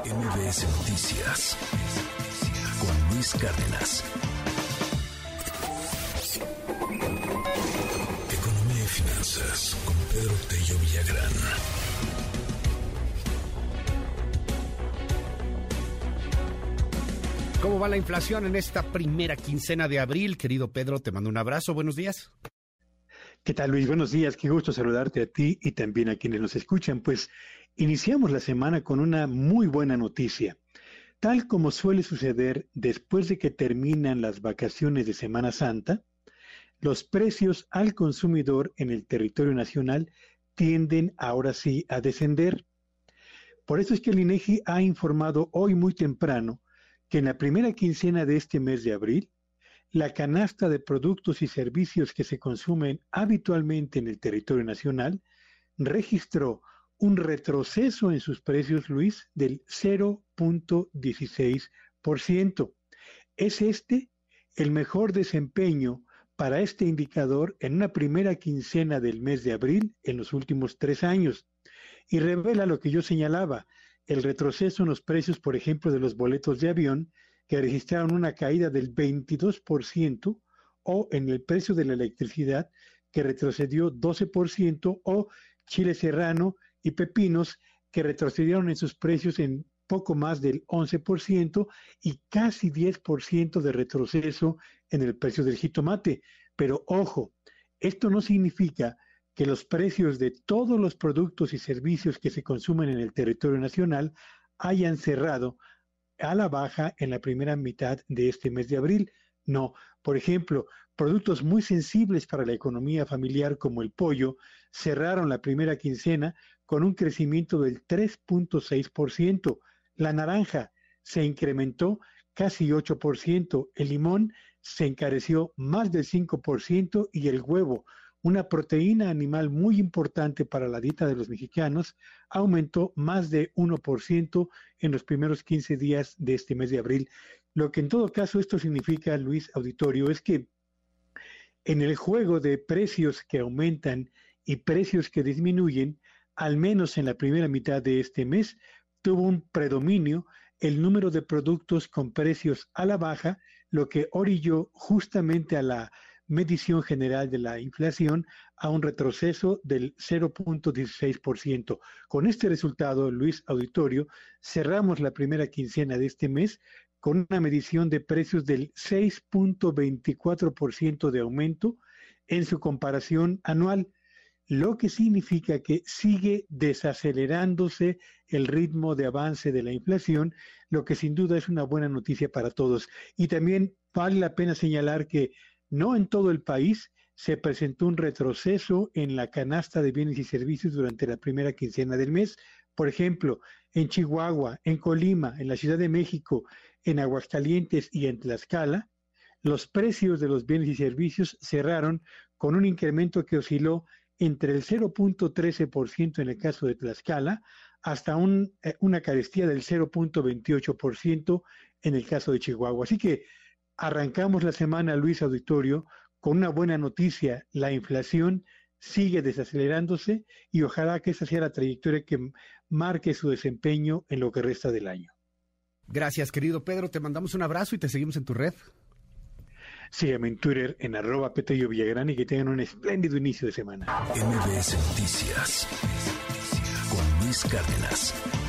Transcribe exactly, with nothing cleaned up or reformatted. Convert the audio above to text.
M B S Noticias con Luis Cárdenas. Economía y finanzas con Pedro Tello Villagrán. ¿Cómo va la inflación en esta primera quincena de abril? Querido Pedro, te mando un abrazo. Buenos días. ¿Qué tal, Luis? Buenos días. Qué gusto saludarte a ti y también a quienes nos escuchan. Pues iniciamos la semana con una muy buena noticia. Tal como suele suceder después de que terminan las vacaciones de Semana Santa, los precios al consumidor en el territorio nacional tienden ahora sí a descender. Por eso es que el INEGI ha informado hoy muy temprano que en la primera quincena de este mes de abril, la canasta de productos y servicios que se consumen habitualmente en el territorio nacional registró un retroceso en sus precios, Luis, del cero punto dieciséis por ciento. Es este el mejor desempeño para este indicador en una primera quincena del mes de abril en los últimos tres años. Y revela lo que yo señalaba, el retroceso en los precios, por ejemplo, de los boletos de avión, que registraron una caída del veintidós por ciento, o en el precio de la electricidad, que retrocedió doce por ciento, o chile serrano y pepinos, que retrocedieron en sus precios en poco más del once por ciento y casi diez por ciento de retroceso en el precio del jitomate. Pero ojo, esto no significa que los precios de todos los productos y servicios que se consumen en el territorio nacional hayan cerrado a la baja en la primera mitad de este mes de abril. No, por ejemplo, productos muy sensibles para la economía familiar como el pollo cerraron la primera quincena con un crecimiento del tres punto seis por ciento. La naranja se incrementó casi ocho por ciento, el limón se encareció más del cinco por ciento y el huevo, una proteína animal muy importante para la dieta de los mexicanos, aumentó más de uno por ciento en los primeros quince días de este mes de abril. Lo que en todo caso esto significa, Luis Auditorio, es que en el juego de precios que aumentan y precios que disminuyen, al menos en la primera mitad de este mes, tuvo un predominio el número de productos con precios a la baja, lo que orilló justamente a la medición general de la inflación a un retroceso del cero punto dieciséis por ciento. Con este resultado, Luis Auditorio, cerramos la primera quincena de este mes con una medición de precios del seis punto veinticuatro por ciento de aumento en su comparación anual, lo que significa que sigue desacelerándose el ritmo de avance de la inflación, lo que sin duda es una buena noticia para todos. Y también vale la pena señalar que no en todo el país se presentó un retroceso en la canasta de bienes y servicios durante la primera quincena del mes. Por ejemplo, en Chihuahua, en Colima, en la Ciudad de México, en Aguascalientes y en Tlaxcala, los precios de los bienes y servicios cerraron con un incremento que osciló entre el cero punto trece por ciento en el caso de Tlaxcala hasta un, eh, una carestía del cero punto veintiocho por ciento en el caso de Chihuahua. Así que arrancamos la semana, Luis Auditorio, con una buena noticia. La inflación sigue desacelerándose y ojalá que esa sea la trayectoria que marque su desempeño en lo que resta del año. Gracias, querido Pedro. Te mandamos un abrazo y te seguimos en tu red. Sígueme en Twitter en arroba Petello Villagrán y que tengan un espléndido inicio de semana. M B S Noticias con Luis Cárdenas.